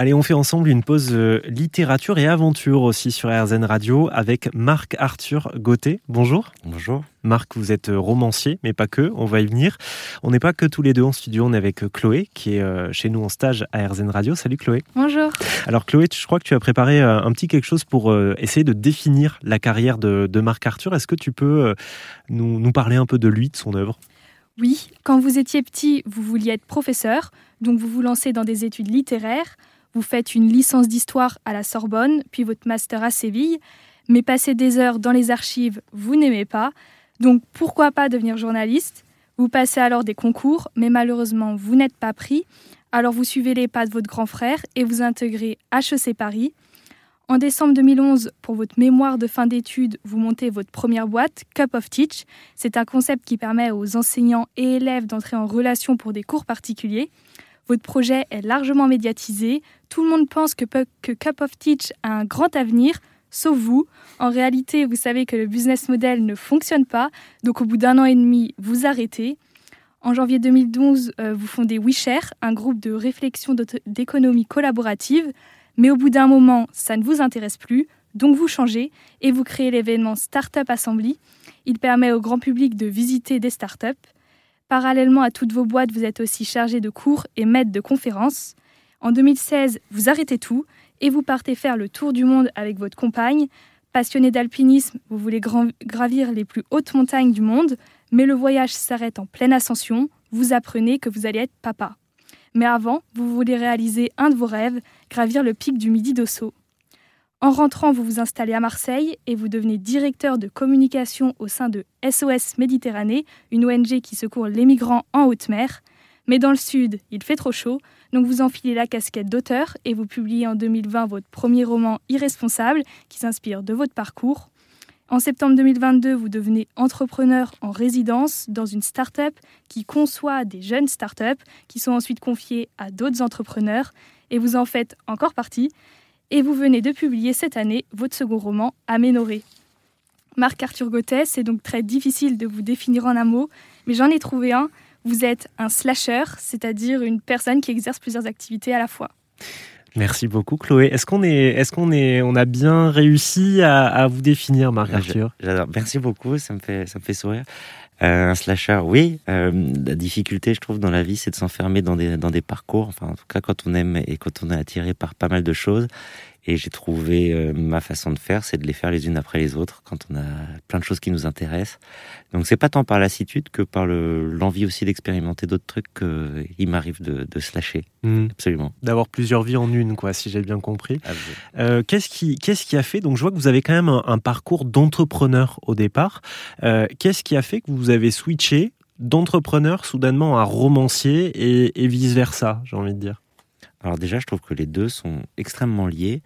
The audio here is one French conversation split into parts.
Allez, on fait ensemble une pause littérature et aventure aussi sur RZN Radio avec Marc-Arthur Gauthier. Bonjour. Bonjour. Marc, vous êtes romancier, mais pas que, on va y venir. On n'est pas que tous les deux en studio, on est avec Chloé, qui est chez nous en stage à RZN Radio. Salut Chloé. Bonjour. Alors Chloé, je crois que tu as préparé un petit quelque chose pour essayer de définir la carrière de Marc-Arthur. Est-ce que tu peux nous parler un peu de lui, de son œuvre ? Oui, quand vous étiez petit, vous vouliez être professeur, donc vous vous lancez dans des études littéraires. Vous faites une licence d'histoire à la Sorbonne, puis votre master à Séville. Mais passer des heures dans les archives, vous n'aimez pas. Donc pourquoi pas devenir journaliste ? Vous passez alors des concours, mais malheureusement, vous n'êtes pas pris. Alors vous suivez les pas de votre grand frère et vous intégrez HEC Paris. En décembre 2011, pour votre mémoire de fin d'études, vous montez votre première boîte, Cup of Teach. C'est un concept qui permet aux enseignants et élèves d'entrer en relation pour des cours particuliers. Votre projet est largement médiatisé. Tout le monde pense que Cup of Teach a un grand avenir, sauf vous. En réalité, vous savez que le business model ne fonctionne pas. Donc au bout d'1 an et demi, vous arrêtez. En janvier 2012, vous fondez WeShare, un groupe de réflexion d'économie collaborative. Mais au bout d'un moment, ça ne vous intéresse plus. Donc vous changez et vous créez l'événement Startup Assembly. Il permet au grand public de visiter des startups. Parallèlement à toutes vos boîtes, vous êtes aussi chargé de cours et maître de conférences. En 2016, vous arrêtez tout et vous partez faire le tour du monde avec votre compagne. Passionné d'alpinisme, vous voulez gravir les plus hautes montagnes du monde, mais le voyage s'arrête en pleine ascension. Vous apprenez que vous allez être papa. Mais avant, vous voulez réaliser un de vos rêves, gravir le pic du Midi d'Ossau. En rentrant, vous vous installez à Marseille et vous devenez directeur de communication au sein de SOS Méditerranée, une ONG qui secourt les migrants en haute mer. Mais dans le sud, il fait trop chaud, donc vous enfilez la casquette d'auteur et vous publiez en 2020 votre premier roman Irresponsable qui s'inspire de votre parcours. En septembre 2022, vous devenez entrepreneur en résidence dans une start-up qui conçoit des jeunes start-up qui sont ensuite confiées à d'autres entrepreneurs et vous en faites encore partie. Et vous venez de publier cette année votre second roman, Aménorrhée. Marc-Arthur Gauthier, c'est donc très difficile de vous définir en un mot, mais j'en ai trouvé un. Vous êtes un slasher, c'est-à-dire une personne qui exerce plusieurs activités à la fois. Merci beaucoup Chloé. Est-ce qu'on a bien réussi à vous définir, Marc-Arthur ? J'adore. Merci beaucoup, ça me fait sourire. Un slasher, oui. La difficulté, je trouve, dans la vie, c'est de s'enfermer dans des parcours. Enfin, en tout cas, quand on aime et quand on est attiré par pas mal de choses. Et j'ai trouvé ma façon de faire, c'est de les faire les unes après les autres quand on a plein de choses qui nous intéressent. Donc c'est pas tant par lassitude que par l'envie aussi d'expérimenter d'autres trucs qu'il m'arrive de se lâcher. Absolument. D'avoir plusieurs vies en une, quoi, si j'ai bien compris. Qu'est-ce qui a fait, donc je vois que vous avez quand même un parcours d'entrepreneur au départ. Qu'est-ce qui a fait que vous avez switché d'entrepreneur soudainement à romancier et vice-versa, j'ai envie de dire ? Alors déjà, je trouve que les deux sont extrêmement liés.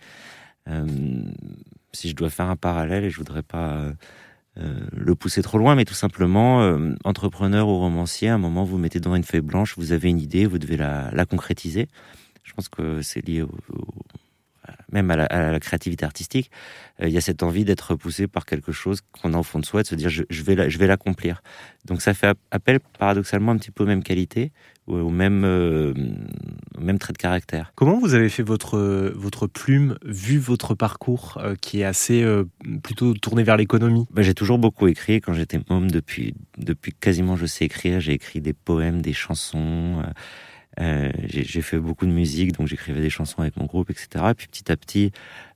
Si je dois faire un parallèle, et je voudrais pas le pousser trop loin, mais tout simplement, entrepreneur ou romancier, à un moment, vous mettez devant une feuille blanche, vous avez une idée, vous devez la concrétiser. Je pense que c'est lié même à la créativité artistique. Il y a cette envie d'être poussé par quelque chose qu'on a au fond de soi, de se dire je vais l'accomplir. Donc ça fait appel paradoxalement un petit peu aux mêmes qualités, au même trait de caractère. Comment vous avez fait votre plume, vu votre parcours qui est assez plutôt tourné vers l'économie ? J'ai toujours beaucoup écrit. Quand j'étais môme, depuis quasiment je sais écrire, j'ai écrit des poèmes, des chansons. J'ai fait beaucoup de musique, donc j'écrivais des chansons avec mon groupe, etc. Et puis petit à petit,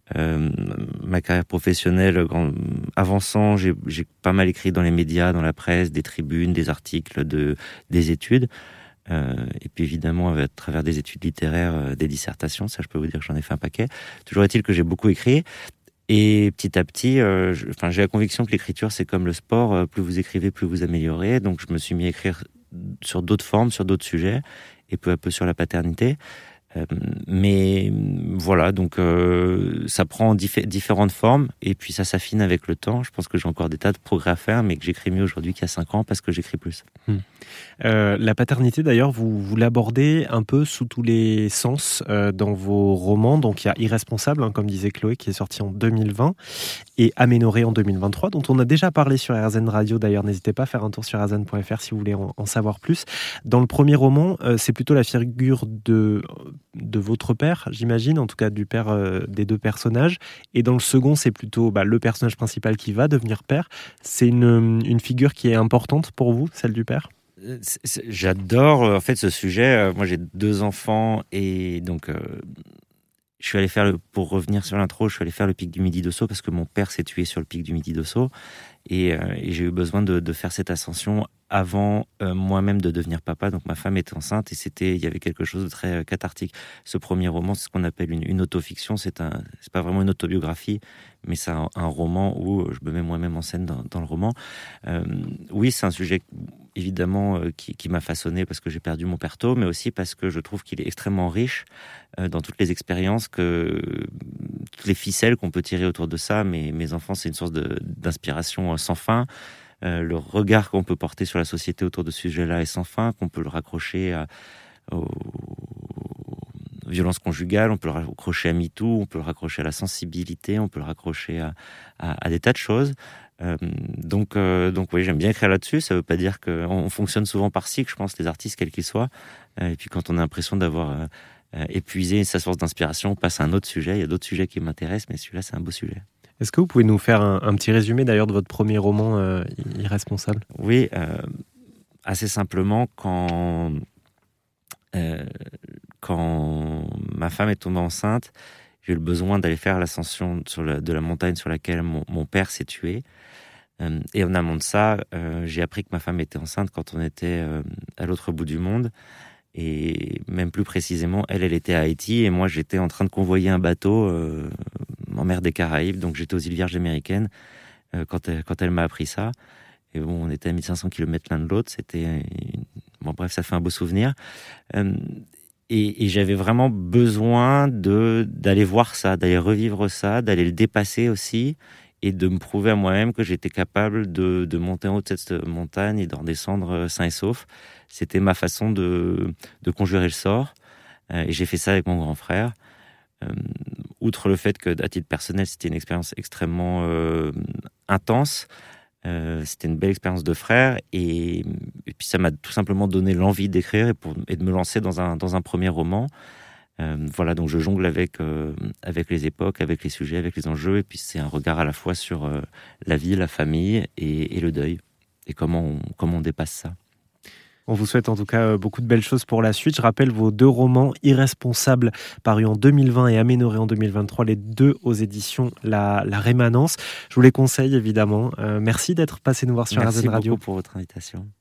ma carrière professionnelle avançant, j'ai pas mal écrit dans les médias, dans la presse, des tribunes, des articles, des études. Et puis évidemment, à travers des études littéraires, des dissertations, ça je peux vous dire que j'en ai fait un paquet. Toujours est-il que j'ai beaucoup écrit. Et petit à petit, j'ai la conviction que l'écriture, c'est comme le sport, plus vous écrivez, plus vous améliorez. Donc je me suis mis à écrire sur d'autres formes, sur d'autres sujets, et peu à peu sur la paternité. Mais Voilà, donc ça prend différentes formes et puis ça s'affine avec le temps. Je pense que j'ai encore des tas de progrès à faire, mais que j'écris mieux aujourd'hui qu'il y a 5 ans parce que j'écris plus. La paternité, d'ailleurs, vous l'abordez un peu sous tous les sens dans vos romans. Donc il y a Irresponsable, comme disait Chloé, qui est sorti en 2020, et Aménorrhée en 2023, dont on a déjà parlé sur RZN Radio. D'ailleurs, n'hésitez pas à faire un tour sur rzn.fr si vous voulez en savoir plus. Dans le premier roman, c'est plutôt la figure de votre père, j'imagine, en tout cas du père des deux personnages. Et dans le second, c'est plutôt le personnage principal qui va devenir père. C'est une figure qui est importante pour vous, celle du père ? J'adore en fait ce sujet. Moi, j'ai 2 enfants et donc je suis allé faire pour revenir sur l'intro, je suis allé faire le pic du Midi d'Ossau parce que mon père s'est tué sur le pic du Midi d'Ossau et j'ai eu besoin de faire cette ascension avant moi-même de devenir papa. Donc ma femme était enceinte et il y avait quelque chose de très cathartique. Ce premier roman, c'est ce qu'on appelle une autofiction. C'est pas vraiment une autobiographie, mais c'est un roman où je me mets moi-même en scène dans le roman. Oui, c'est un sujet évidemment qui m'a façonné parce que j'ai perdu mon père tôt, mais aussi parce que je trouve qu'il est extrêmement riche dans toutes les expériences, toutes les ficelles qu'on peut tirer autour de ça. Mes enfants, c'est une source d'inspiration sans fin. Le regard qu'on peut porter sur la société autour de ce sujet-là est sans fin, qu'on peut le raccrocher aux violences conjugales, on peut le raccrocher à MeToo, on peut le raccrocher à la sensibilité, on peut le raccrocher à des tas de choses. Donc oui, j'aime bien écrire là-dessus. Ça veut pas dire qu'on fonctionne souvent par cycle, je pense, les artistes, quels qu'ils soient. Et puis quand on a l'impression d'avoir épuisé sa source d'inspiration, on passe à un autre sujet. Il y a d'autres sujets qui m'intéressent, mais celui-là, c'est un beau sujet. Est-ce que vous pouvez nous faire un petit résumé d'ailleurs de votre premier roman, Irresponsable ? Oui, assez simplement, quand ma femme est tombée enceinte, j'ai eu le besoin d'aller faire l'ascension de la montagne sur laquelle mon père s'est tué. Et en amont de ça, j'ai appris que ma femme était enceinte quand on était à l'autre bout du monde. Et même plus précisément, elle était à Haïti et moi j'étais en train de convoyer un bateau en mer des Caraïbes. Donc j'étais aux îles Vierges américaines quand elle m'a appris ça. Et bon, on était à 1500 km l'un de l'autre. Bon, bref, ça fait un beau souvenir. Et j'avais vraiment besoin d'aller voir ça, d'aller revivre ça, d'aller le dépasser aussi et de me prouver à moi-même que j'étais capable de monter en haut de cette montagne et d'en descendre sain et sauf. C'était ma façon de conjurer le sort. Et j'ai fait ça avec mon grand frère. Outre le fait que, à titre personnel, c'était une expérience extrêmement intense, c'était une belle expérience de frère. Et puis ça m'a tout simplement donné l'envie d'écrire et de me lancer dans un premier roman. Voilà, donc je jongle avec les époques, avec les sujets, avec les enjeux. Et puis c'est un regard à la fois sur la vie, la famille et le deuil. Et comment on dépasse ça. On vous souhaite en tout cas beaucoup de belles choses pour la suite. Je rappelle vos 2 romans, Irresponsable, parus en 2020 et Aménorrhée en 2023, les 2 aux éditions La Rémanence. Je vous les conseille évidemment. Merci d'être passé nous voir sur RZN Radio. Merci beaucoup pour votre invitation.